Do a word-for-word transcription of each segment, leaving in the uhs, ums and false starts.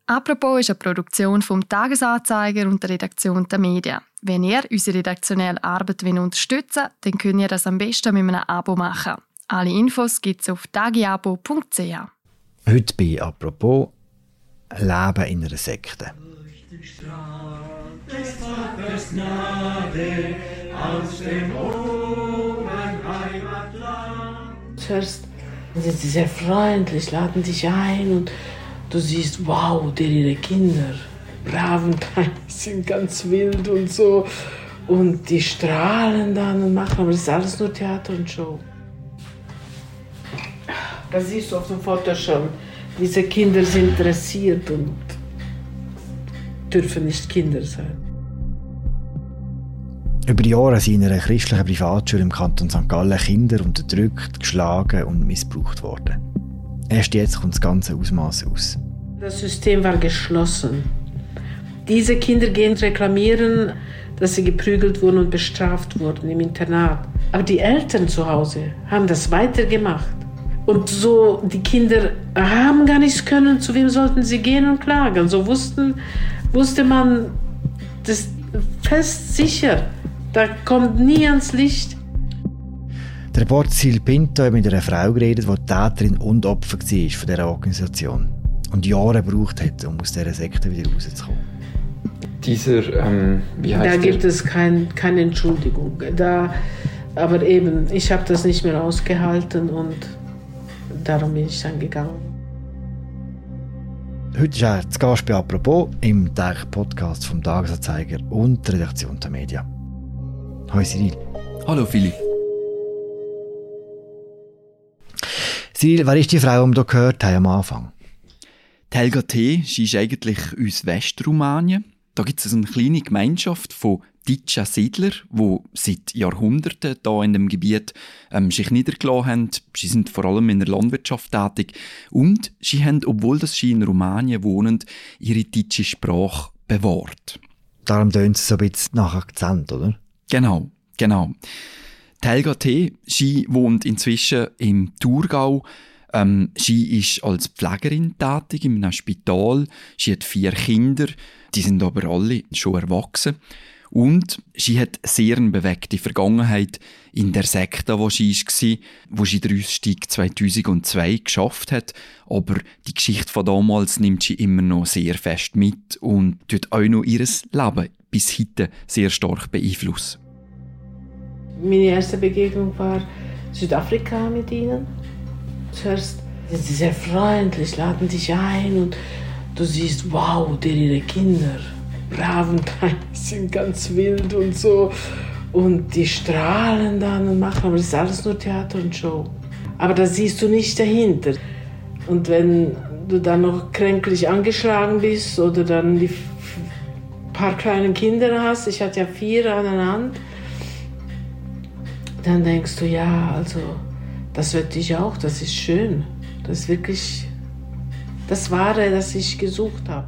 Apropos ist eine Produktion vom Tagesanzeiger und der Redaktion der Medien. Wenn ihr unsere redaktionelle Arbeit unterstützen wollt, dann könnt ihr das am besten mit einem Abo machen. Alle Infos gibt es auf tagiabo punkt c h. Heute bei «Apropos» Leben in einer Sekte. Durch den Strahl des Vaters Gnade aus dem hohen Heimatland. Zuerst sind sie sehr freundlich, laden dich ein und du siehst, wow, der ihre Kinder, braven Kleine, sind ganz wild und so. Und die strahlen dann und machen, aber das ist alles nur Theater und Show. Da siehst du auf dem Foto schon, diese Kinder sind dressiert und dürfen nicht Kinder sein. Über die Jahre sind in einer christlichen Privatschule im Kanton Sankt Gallen Kinder unterdrückt, geschlagen und missbraucht worden. Erst jetzt kommt das ganze Ausmaß aus. Das System war geschlossen. Diese Kinder gehen reklamieren, dass sie geprügelt wurden und bestraft wurden im Internat. Aber die Eltern zu Hause haben das weitergemacht. Und so, die Kinder haben gar nichts können, zu wem sollten sie gehen und klagen. So wussten, wusste man, das fest sicher, da kommt nie ans Licht. Der Reporter Sil Pinto hat mit einer Frau geredet, die Täterin und Opfer war von dieser Organisation und Jahre gebraucht hat, um aus dieser Sekte wieder rauszukommen. Dieser, ähm, wie heißt Da der? gibt es kein, keine Entschuldigung. Da, aber eben, ich habe das nicht mehr ausgehalten und darum bin ich dann gegangen. Heute ist er zu Gast bei «Apropos» im täglichen Podcast vom Tagesanzeiger und der Redaktion der Medien. Hallo Cyril. Hallo Philipp. Cyril, wer ist die Frau, die wir hier gehört haben am Anfang? Die Helga T. Sie ist eigentlich aus Westrumänien. Da gibt es eine kleine Gemeinschaft von deutschen Siedlern, die seit Jahrhunderten hier in dem Gebiet ähm, sich niedergelassen haben. Sie sind vor allem in der Landwirtschaft tätig. Und sie haben, obwohl das sie in Rumänien wohnen, ihre deutsche Sprache bewahrt. Darum tönt es so ein bisschen nach Akzent, oder? Genau, genau. Die Helga T. Sie wohnt inzwischen im Thurgau. Ähm, sie ist als Pflegerin tätig in einem Spital. Sie hat vier Kinder, die sind aber alle schon erwachsen. Und sie hat sehr eine bewegte Vergangenheit in der Sekte, wo sie war, wo sie den Ausstieg zweitausendzwei geschafft hat. Aber die Geschichte von damals nimmt sie immer noch sehr fest mit und tut auch noch ihr Leben bis heute sehr stark beeinflussen. Meine erste Begegnung war Südafrika mit ihnen. Zuerst sind sie sehr freundlich, laden dich ein und du siehst, wow, der ihre Kinder, braven Kleine, sind ganz wild und so. Und die strahlen dann und machen, aber das ist alles nur Theater und Show. Aber da siehst du nicht dahinter. Und wenn du dann noch kränklich angeschlagen bist oder dann die paar kleinen Kinder hast, ich hatte ja vier an der Hand, dann denkst du, ja, also das wird ich auch, das ist schön. Das ist wirklich das Wahre, das ich gesucht habe.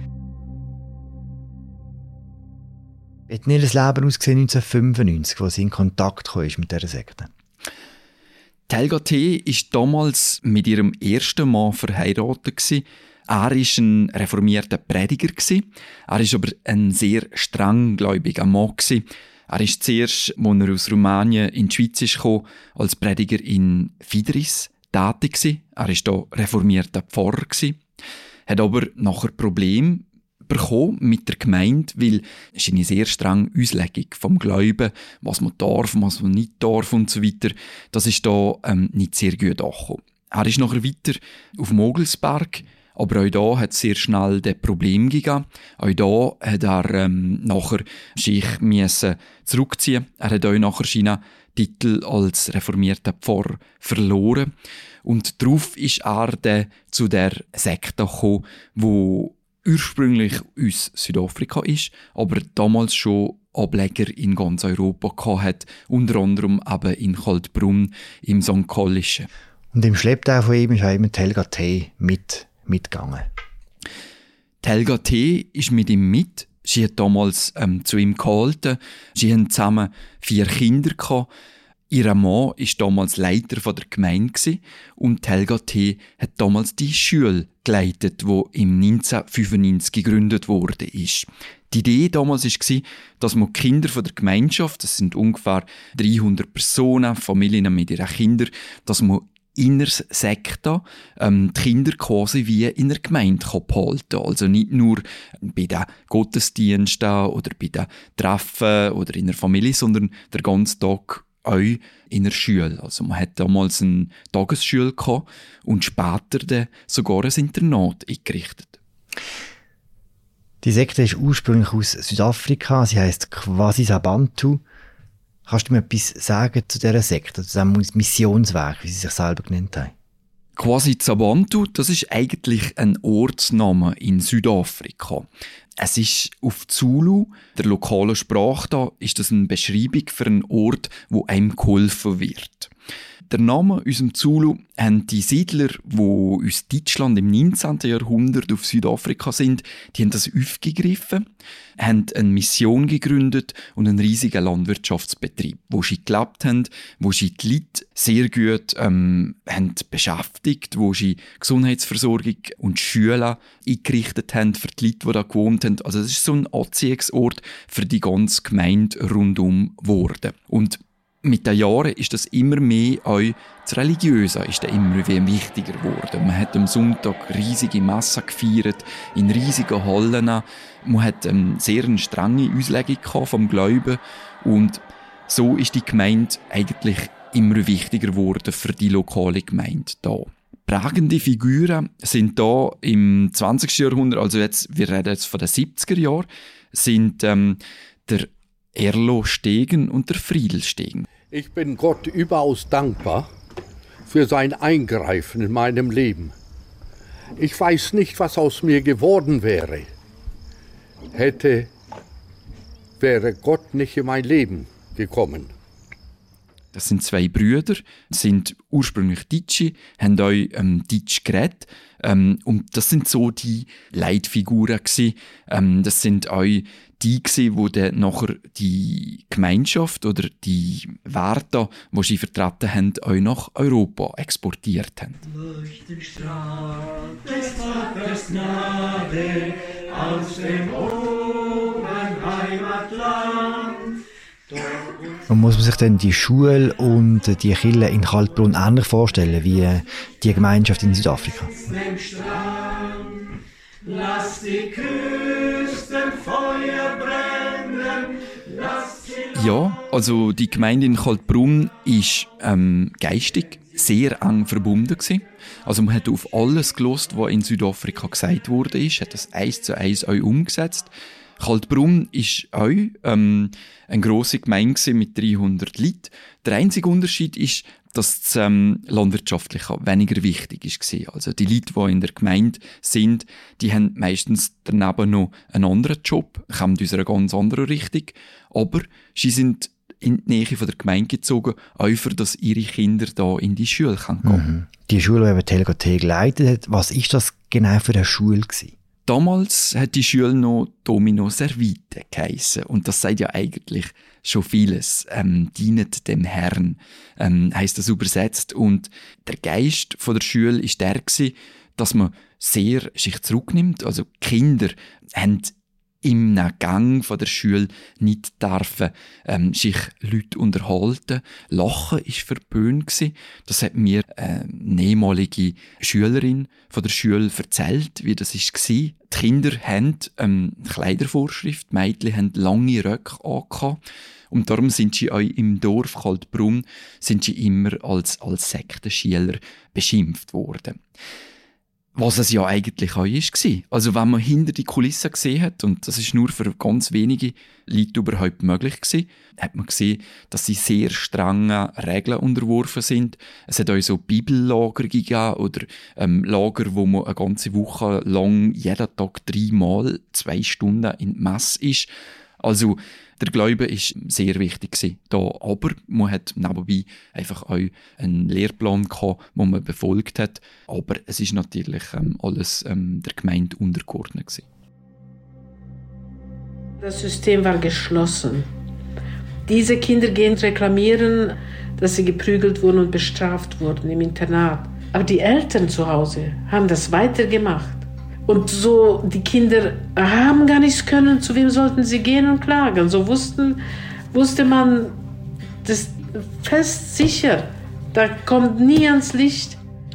Wie hat ihr das Leben ausgesehen neunzehnhundertfünfundneunzig, als sie in Kontakt kam mit dieser Sekte? Die Helga T. war damals mit ihrem ersten Mann verheiratet. Er war ein reformierter Prediger. Er war aber ein sehr strenggläubiger Mann. Er ist zuerst, als er aus Rumänien in die Schweiz kam, als Prediger in Fidris tätig. Er war hier reformierter Pfarrer. Er hat aber nachher Probleme bekommen mit der Gemeinde, weil es eine sehr strenge Auslegung vom Glauben, was man darf, was man nicht darf und so weiter. Das ist da ähm, nicht sehr gut angekommen. Er ist nachher weiter auf Mogelsberg, aber auch da hat es sehr schnell das Problem gegeben. Auch da hat er ähm, nachher sich müssen zurückziehen. Er hat auch nachher seinen Titel als reformierter Pfarrer verloren. Und darauf ist er dann zu der Sekte gekommen, wo ursprünglich aus Südafrika ist, aber damals schon Ableger in ganz Europa hatte, unter anderem eben in Kaltbrunn im Sankt Gallischen. Und im Schlepptau von ihm ist auch immer die Helga T. mit, mitgegangen. Die Helga T. ist mit ihm mit. Sie hat damals ähm, zu ihm gehalten. Sie hatten zusammen vier Kinder gehabt. Ihr Mann war damals Leiter der Gemeinde und Helga T. hat damals die Schule geleitet, die im neunzehnhundertfünfundneunzig gegründet wurde. Die Idee damals war, dass man die Kinder der Gemeinschaft, das sind ungefähr dreihundert Personen, Familien mit ihren Kindern, dass man in der Sekte ähm, die Kinder quasi wie in der Gemeinde behalten kann. Also nicht nur bei den Gottesdiensten oder bei den Treffen oder in der Familie, sondern den ganzen Tag auch in der Schule. Also man hat damals eine Tagesschule gehabt und später dann sogar ein Internat eingerichtet. Die Sekte ist ursprünglich aus Südafrika. Sie heisst Kwasisabantu. Kannst du mir etwas sagen zu dieser Sekte, zu diesem Missionsweg, wie sie sich selber genannt haben? Kwasisabantu, das ist eigentlich ein Ortsname in Südafrika. Es ist auf Zulu, der lokalen Sprache, da ist das eine Beschreibung für einen Ort, wo einem geholfen wird. Der Name unserem Zulu haben die Siedler, die aus Deutschland im neunzehnten Jahrhundert auf Südafrika sind, die haben das aufgegriffen, haben eine Mission gegründet und einen riesigen Landwirtschaftsbetrieb, wo sie gelebt haben, wo sie die Leute sehr gut ähm, haben beschäftigt, wo sie Gesundheitsversorgung und Schulen eingerichtet haben für die Leute, die da gewohnt haben. Also das ist so ein Anziehungsort für die ganze Gemeinde rundum geworden. Und mit den Jahren ist das immer mehr auch das Religiöse ist dann immer mehr wichtiger geworden. Man hat am Sonntag riesige Messen gefeiert, in riesigen Hallen. Man hat eine sehr strenge Auslegung vom Glauben. Und so ist die Gemeinde eigentlich immer wichtiger geworden für die lokale Gemeinde da. Prägende Figuren sind da im zwanzigsten Jahrhundert, also jetzt, wir reden jetzt von den siebziger Jahren, sind ähm, der Erlo Stegen und der Friedel Stegen. Ich bin Gott überaus dankbar für sein Eingreifen in meinem Leben. Ich weiß nicht, was aus mir geworden wäre, hätte, wäre Gott nicht in mein Leben gekommen. Das sind zwei Brüder, sind ursprünglich Deutsche, haben auch ähm, Deutsch geredet. Ähm, und das sind so die Leitfiguren gewesen. Ähm, das sind auch die gewesen, die dann nachher die Gemeinschaft oder die Werte, die sie vertreten haben, auch nach Europa exportiert haben. Durch den Strahl des Vaters Gnade aus dem oben Heimatland. Und muss man sich dann die Schule und die Kirche in Kaltbrunn ähnlich vorstellen wie die Gemeinschaft in Südafrika? Lass die Küsten Feuer brennen. Lass die Ja, also die Gemeinde in Kaltbrunn ist ähm, geistig sehr eng verbunden gewesen. Also man hat auf alles gehört, was in Südafrika gesagt wurde, hat das eins zu eins auch umgesetzt. Kaltbrunn ist auch ähm, eine grosse Gemeinde mit dreihundert Leuten. Der einzige Unterschied ist, dass das ähm, landwirtschaftlich weniger wichtig war. Also die Leute, die in der Gemeinde sind, die haben meistens daneben noch einen anderen Job, kommen aus einer ganz anderen Richtung. Aber sie sind in die Nähe von der Gemeinde gezogen, auch für dass ihre Kinder da in die Schule gehen können. Mhm. Die Schule, die Helga T. geleitet hat, was war das genau für eine Schule gewesen? Damals hat die Schule noch Domino Servite geheissen. Und das sagt ja eigentlich schon vieles. Ähm, dienet dem Herrn, ähm, heisst das übersetzt. Und der Geist von der Schule war der gewesen, dass man sehr sich zurücknimmt. Also die Kinder haben im Gang von der Schule nicht dürfen, ähm, sich Leute unterhalten. Lachen war verböhnt gewesen. Das hat mir äh, eine ehemalige Schülerin von der Schule erzählt, wie das war. Die Kinder haben ähm, Kleidervorschrift, die Mädchen haben lange Röcke angehabt. Und darum sind sie auch im Dorf Kaltbrunn sind sie immer als, als Sektenschüler beschimpft worden. Was es ja eigentlich auch war. Also wenn man hinter die Kulissen gesehen hat, und das ist nur für ganz wenige Leute überhaupt möglich gewesen, hat man gesehen, dass sie sehr strengen Regeln unterworfen sind. Es hat auch so Bibellager gegeben oder ähm, Lager, wo man eine ganze Woche lang jeden Tag dreimal zwei Stunden in die Messe ist. Also der Glaube war sehr wichtig gewesen, da, aber man hat nebenbei einfach auch einen Lehrplan gehabt, den man befolgt hat, aber es ist natürlich ähm, alles ähm, der Gemeinde untergeordnet gewesen. Das System war geschlossen. Diese Kinder gehen reklamieren, dass sie geprügelt wurden und bestraft wurden im Internat. Aber die Eltern zu Hause haben das weitergemacht. Und so, die Kinder haben gar nichts können, zu wem sollten sie gehen und klagen. So wussten, wusste man, das fest sicher, da kommt nie ans Licht.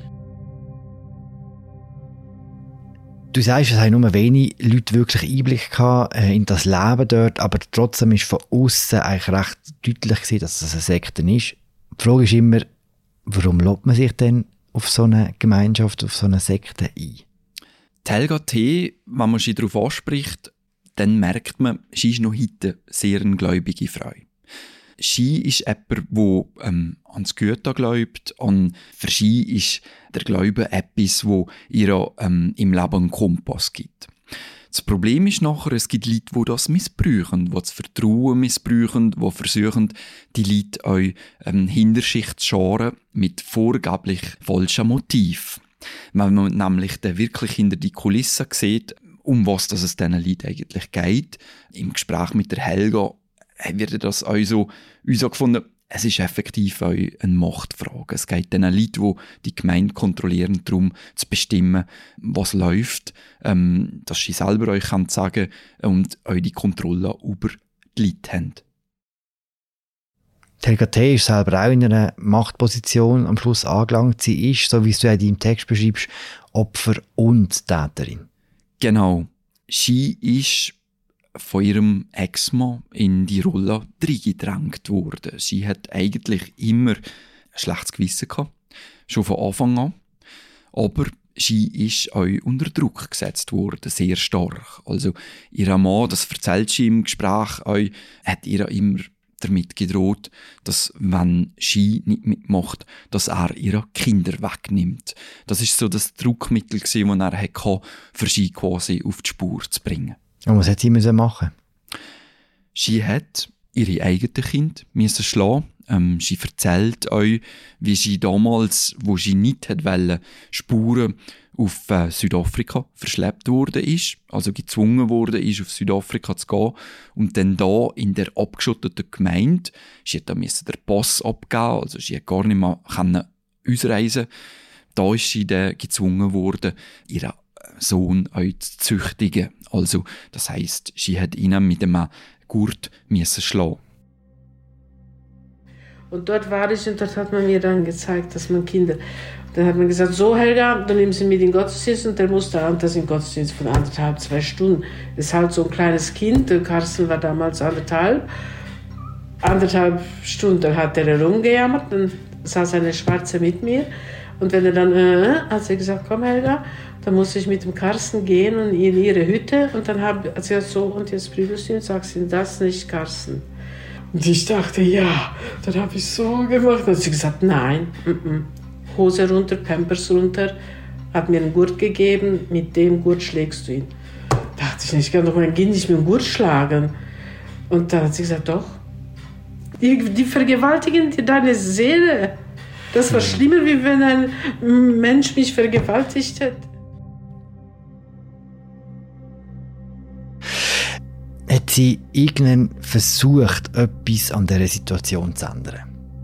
Du sagst, es haben nur wenige Leute wirklich Einblick gehabt in das Leben dort, aber trotzdem ist von außen eigentlich recht deutlich gewesen, dass das eine Sekte ist. Die Frage ist immer, warum lässt man sich denn auf so eine Gemeinschaft, auf so eine Sekte ein? Die Helga T., wenn man sie darauf anspricht, dann merkt man, sie ist noch heute sehr eine gläubige Frau. Sie ist jemand, der ähm, ans Gute glaubt, und für sie ist der Glaube etwas, wo ihr ähm, im Leben einen Kompass gibt. Das Problem ist nachher, es gibt Leute, die das missbrauchen, die das Vertrauen missbrauchen, die versuchen, die Leute euch ähm, hinter sich zu scharen mit vorgeblich falschen Motiven. Wenn man nämlich dann wirklich hinter die Kulissen sieht, um was das es diesen Leuten eigentlich geht, im Gespräch mit der Helga, wird das auch so, uns so gefunden, es ist effektiv auch eine Machtfrage. Es geht den Leuten, die die Gemeinde kontrollieren, darum zu bestimmen, was läuft, ähm, dass sie selber euch sagen können und euch die Kontrolle über die Leute haben. Helga T. ist selber auch in einer Machtposition am Schluss angelangt. Sie ist, so wie du in deinem Text beschreibst, Opfer und Täterin. Genau. Sie ist von ihrem Ex-Mann in die Rolle reingedrängt worden. Sie hat eigentlich immer ein schlechtes Gewissen gehabt, schon von Anfang an. Aber sie ist auch unter Druck gesetzt worden, sehr stark. Also ihr Mann, das erzählt sie im Gespräch auch, hat ihr immer damit gedroht, dass, wenn sie nicht mitmacht, dass er ihre Kinder wegnimmt. Das ist so das Druckmittel gewesen, das er hatte, für sie quasi auf die Spur zu bringen. Und was hat sie müssen machen? Sie hat ihre eigenen Kinder müssen schlagen. Ähm, sie erzählt euch, wie sie damals, wo sie nicht hat wollen, Spuren auf äh, Südafrika verschleppt worden ist, also gezwungen worden ist, auf Südafrika zu gehen, und dann da in der abgeschotteten Gemeinde, sie hat da müssen den Pass abgeben, also sie hat gar nicht mehr können ausreisen. Da ist sie dann gezwungen worden, ihren Sohn auch zu züchtigen. Also, das heisst, sie hat ihn mit einem Gurt müssen schlagen. Und dort war ich, und dort hat man mir dann gezeigt, dass man Kinder... Dann hat man gesagt, so Helga, dann nehmen Sie mit in den Gottesdienst, und der musste an, das im Gottesdienst von anderthalb, zwei Stunden. Das ist halt so ein kleines Kind, der Carsten war damals anderthalb. Anderthalb Stunden hat er herumgejammert, dann saß eine Schwarze mit mir. Und wenn er dann, äh, hat sie gesagt, komm Helga, dann muss ich mit dem Carsten gehen und in ihre Hütte. Und dann hat sie gesagt, so, und jetzt prügelst du ihn, sagst du das nicht, Carsten. Und ich dachte, ja, dann habe ich so gemacht. Und sie gesagt, nein, m-m. Hose runter, Pampers runter, hat mir einen Gurt gegeben, mit dem Gurt schlägst du ihn. Da dachte ich nicht, ich kann doch mein Kind nicht mit dem Gurt schlagen. Und dann hat sie gesagt, doch, die, die vergewaltigen dir deine Seele. Das war schlimmer, wie wenn ein Mensch mich vergewaltigt hätte. Hat sie irgendwann versucht, etwas an dieser Situation zu ändern?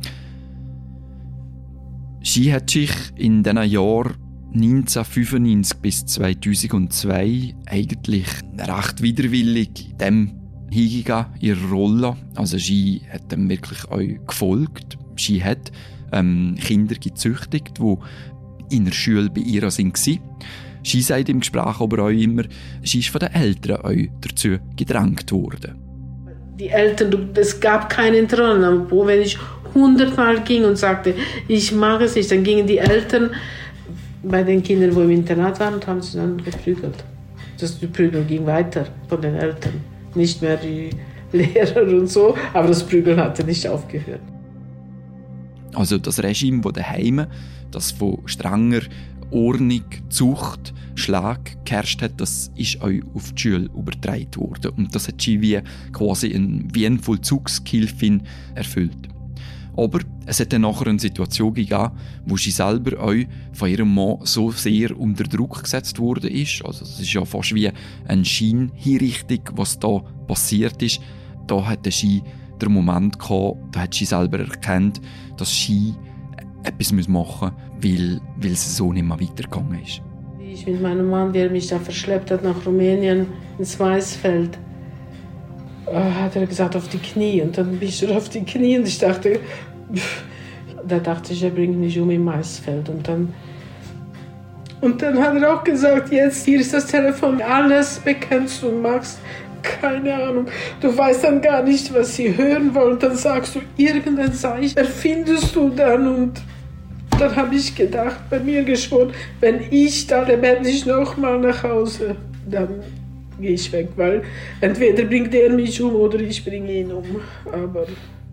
Sie hat sich in den Jahren neunzehnhundertfünfundneunzig bis zweitausendzwei eigentlich recht widerwillig dem hingegeben, ihrer Rolle. Also sie hat dem wirklich auch gefolgt. Sie hat ähm, Kinder gezüchtigt, die in der Schule bei ihr waren. Sie sagt im Gespräch aber auch immer, sie ist von den Eltern auch dazu gedrängt worden. Die Eltern, es gab kein Interesse. Wo, wenn ich hundertmal ging und sagte, ich mag es nicht, dann gingen die Eltern bei den Kindern, die im Internat waren, und haben sie dann geprügelt. Das die Prügeln ging weiter von den Eltern. Nicht mehr die Lehrer und so, aber das Prügeln hatte nicht aufgehört. Also das Regime, das daheim, das von strenger Ordnung, Zucht, Schlag geherrscht hat, das ist auch auf die Schule übertragen worden. Und das hat sie wie quasi ein, wie eine Vollzugshilfin erfüllt. Aber es hat dann nachher eine Situation gegeben, wo sie selber auch von ihrem Mann so sehr unter Druck gesetzt worden ist. Also es ist ja fast wie eine Scheinhinrichtung, was da passiert ist. Da hat sie der Moment gekommen, da hat sie selber erkannt, dass sie etwas machen muss, weil, weil es so nicht mehr weitergegangen ist. Ich mit meinem Mann, der mich da verschleppt hat nach Rumänien, ins Maisfeld, hat er gesagt, auf die Knie. Und dann bin ich schon auf die Knie und ich dachte, pff, da dachte ich, er bringt mich um im Maisfeld. Und dann, und dann hat er auch gesagt, jetzt hier ist das Telefon, alles bekennst du und machst, keine Ahnung. Du weißt dann gar nicht, was sie hören wollen. Dann sagst du irgendein Zeichen, erfindest du dann. Und dann habe ich gedacht, bei mir geschworen, wenn ich da lebendig noch mal nach Hause, dann gehe ich weg, weil entweder bringt er mich um oder ich bringe ihn um. Aber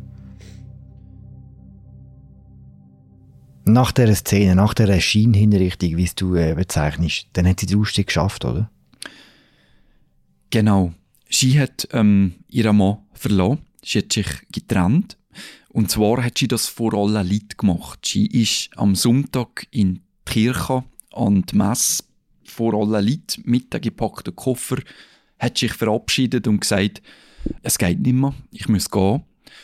nach dieser Szene, nach dieser Scheinhinrichtung, wie es du äh, bezeichnest, dann hat sie den Ausstieg geschafft, oder? Genau. Sie hat ähm, ihren Mann verloren. Sie hat sich getrennt. Und zwar hat sie das vor allen Leuten gemacht. Sie ist am Sonntag in die Kirche an die Messe vor allen Leuten mit dem gepackten Koffer, hat sich verabschiedet und gesagt, es geht nicht mehr, ich muss gehen.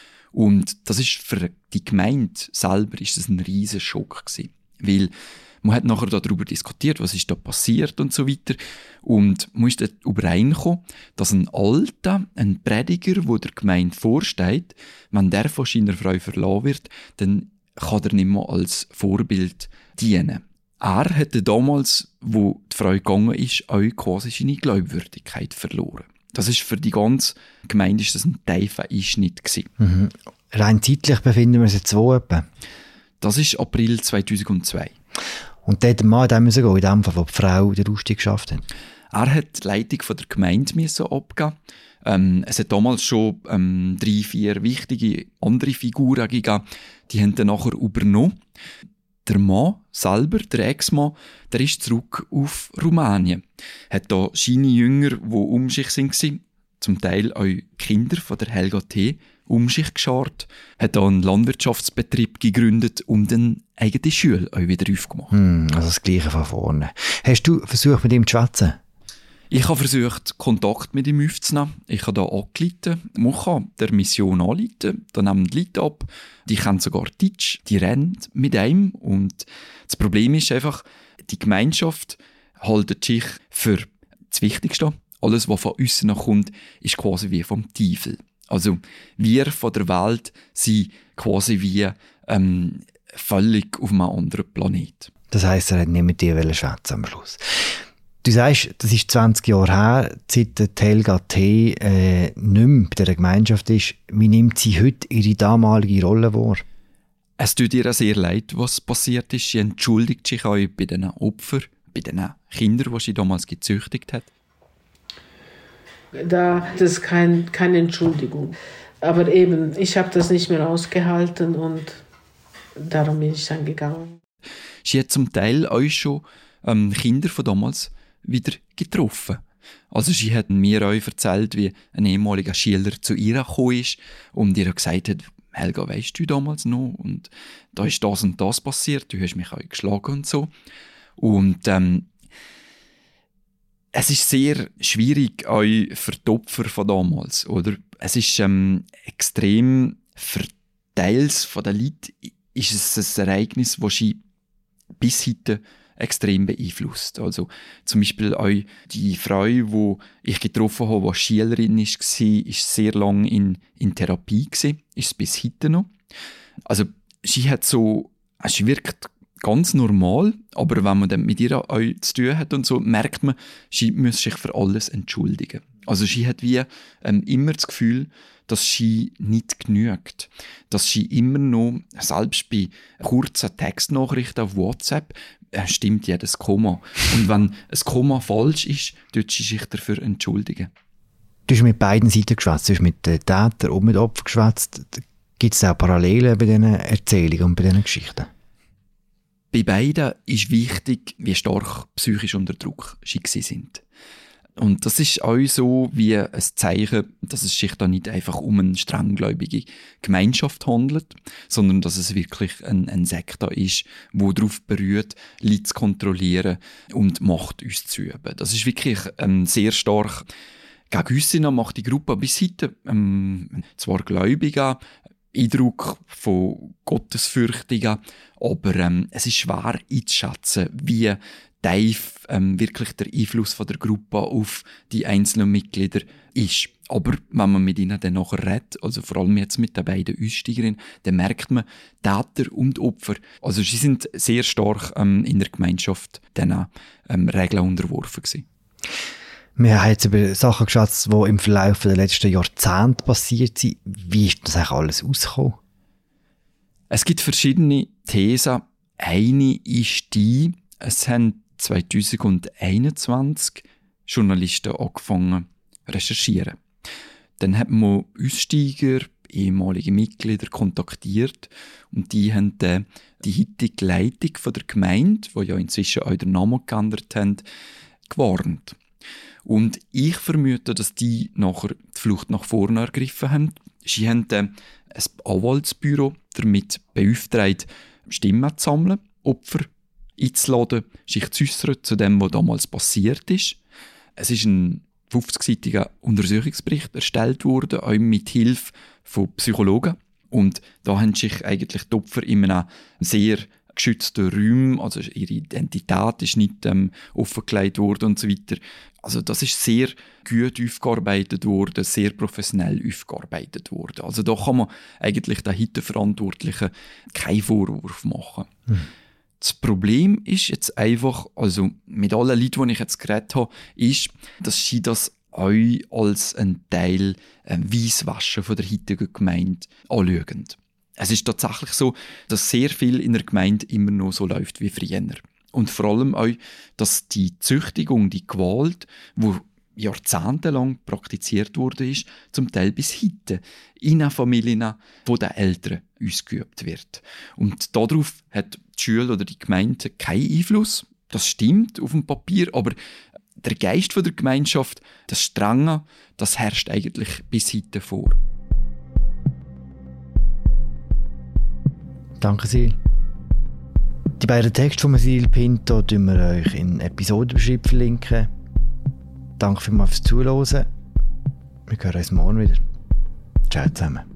Und das ist für die Gemeinde selber ist das ein riesen Schock gewesen, weil man hat nachher darüber diskutiert, was ist da passiert und so weiter. Und man ist dort übereingekommen, dass ein Alter, ein Prediger, der der Gemeinde vorsteht, wenn der von seiner Frau verlassen wird, dann kann er nicht mehr als Vorbild dienen. Er hätte damals, wo die Frau gegangen ist, auch quasi seine Glaubwürdigkeit verloren. Das ist für die ganze Gemeinde ist das ein tiefer Einschnitt gewesen. Mhm. Rein zeitlich befinden wir uns jetzt wo etwa? Das ist April zweitausendzwei. Und dort der Mann in dem gehen, in dem Fall, wo die Frau den Ausstieg geschafft hat? Er hat die Leitung von der Gemeinde müssen abgeben. Ähm, es hat damals schon ähm, drei, vier wichtige andere Figuren gegeben, die haben dann nachher übernommen. Der Mann selber, der Ex-Mann, der ist zurück auf Rumänien. Hat da seine Jünger, die um sich waren, zum Teil auch Kinder von der Helga T., um sich geschart, hat da einen Landwirtschaftsbetrieb gegründet und eine eigene Schule auch wieder aufgemacht. Hm, also das Gleiche von vorne. Hast du versucht, mit ihm zu schwätzen? Ich habe versucht, Kontakt mit ihm aufzunehmen. Ich habe da angerufen. Man kann der Mission anrufen. Da nehmen die Leute ab. Die kennen sogar Deutsch. Die rennen mit einem. Und das Problem ist einfach, die Gemeinschaft hält sich für das Wichtigste. Alles, was von aussen kommt, ist quasi wie vom Teufel. Also wir von der Welt sind quasi wie ähm, völlig auf einem anderen Planet. Das heisst, er hat nicht mit dir schwätzen am Schluss. Du sagst, das ist zwanzig Jahre her, seit die Helga T. Äh, nicht mehr bei dieser Gemeinschaft ist. Wie nimmt sie heute ihre damalige Rolle wahr? Es tut ihr sehr leid, was passiert ist. Sie entschuldigt sich auch bei den Opfern, bei den Kindern, die sie damals gezüchtigt hat. Da das ist kein, keine Entschuldigung. Aber eben, ich habe das nicht mehr ausgehalten und darum bin ich dann gegangen. Sie hat zum Teil auch schon ähm, Kinder von damals wieder getroffen. Also sie hat mir auch erzählt, wie ein ehemaliger Schüler zu ihr gekommen ist und ihr gesagt hat, Helga, weisst du damals noch? Und da ist das und das passiert, du hast mich auch geschlagen und so. Und ähm, es ist sehr schwierig auch für die Opfer von damals, oder? Es ist ähm, extrem, für Teils von den Leuten ist es ein Ereignis, das sie bis heute extrem beeinflusst. Also zum Beispiel auch die Frau, die ich getroffen habe, die Schülerin war, ist sehr lange in, in Therapie gewesen, ist es bis heute noch. Also sie hat so, sie wirkt ganz normal, aber wenn man dann mit ihr auch zu tun hat und so, merkt man, sie muss sich für alles entschuldigen. Also sie hat wie ähm, immer das Gefühl, dass sie nicht genügt. Dass sie immer noch, selbst bei kurzen Textnachrichten auf WhatsApp, äh, stimmt jedes Komma. Und wenn ein Komma falsch ist, tut sie sich dafür entschuldigen. Du hast mit beiden Seiten geschwätzt, du hast mit den Tätern und mit den Opfern geschwätzt. Gibt es auch Parallelen bei diesen Erzählungen und bei diesen Geschichten? Bei beiden ist wichtig, wie stark psychisch unter Druck sie sind. Und das ist auch so wie ein Zeichen, dass es sich da nicht einfach um eine strenggläubige Gemeinschaft handelt, sondern dass es wirklich ein, ein Sektor ist, der darauf beruht, Leute zu kontrollieren und Macht auszuüben. Das ist wirklich ein sehr stark Gegen uns macht die Gruppe bis heute ähm, zwar Gläubiger, Eindruck von Gottesfürchtigen, aber ähm, es ist schwer einzuschätzen, wie tief ähm, wirklich der Einfluss von der Gruppe auf die einzelnen Mitglieder ist. Aber wenn man mit ihnen dann nachher redet, also vor allem jetzt mit den beiden Aussteigerinnen, dann merkt man, Täter und Opfer, also sie sind sehr stark ähm, in der Gemeinschaft diesen ähm, Regeln unterworfen gewesen. Wir haben jetzt über Sachen geschätzt, die im Verlauf der letzten Jahrzehnte passiert sind. Wie ist das eigentlich alles rausgekommen? Es gibt verschiedene Thesen. Eine ist die, es haben zwanzig einundzwanzig Journalisten angefangen zu recherchieren. Dann hat man Aussteiger, ehemalige Mitglieder kontaktiert und die haben dann die heutige Leitung von der Gemeinde, die ja inzwischen auch den Namen geändert haben, gewarnt. Und ich vermute, dass die nachher die Flucht nach vorne ergriffen haben. Sie haben dann ein Anwaltsbüro damit beauftragt, Stimmen zu sammeln, Opfer einzuladen, sich zu äußern zu dem, was damals passiert ist. Es ist ein fünfzigseitiger Untersuchungsbericht erstellt worden, auch mit Hilfe von Psychologen. Und da haben sich eigentlich die Opfer in einem sehr geschützten Räumen, also ihre Identität ist nicht ähm, offengelegt worden und so weiter. Also das ist sehr gut aufgearbeitet worden, sehr professionell aufgearbeitet worden. Also da kann man eigentlich den Hittenverantwortlichen keinen Vorwurf machen. Mhm. Das Problem ist jetzt einfach, also mit allen Leuten, die ich jetzt geredet habe, ist, dass sie das auch als einen Teil äh, Weisswaschen von der heutigen Gemeinde anschauen. Es ist tatsächlich so, dass sehr viel in der Gemeinde immer noch so läuft wie früher. Und vor allem auch, dass die Züchtigung, die Gewalt, die jahrzehntelang praktiziert wurde, ist, zum Teil bis heute in Familien von den Eltern ausgeübt wird. Und darauf hat die Schule oder die Gemeinde keinen Einfluss. Das stimmt auf dem Papier, aber der Geist von der Gemeinschaft, das Strenge, das herrscht eigentlich bis heute vor. Danke, Sil. Die beiden Texte von Sil Pinto verlinken wir euch in Episodenbeschreibung verlinken. Danke vielmals fürs Zuhören. Wir hören uns morgen wieder. Ciao zusammen.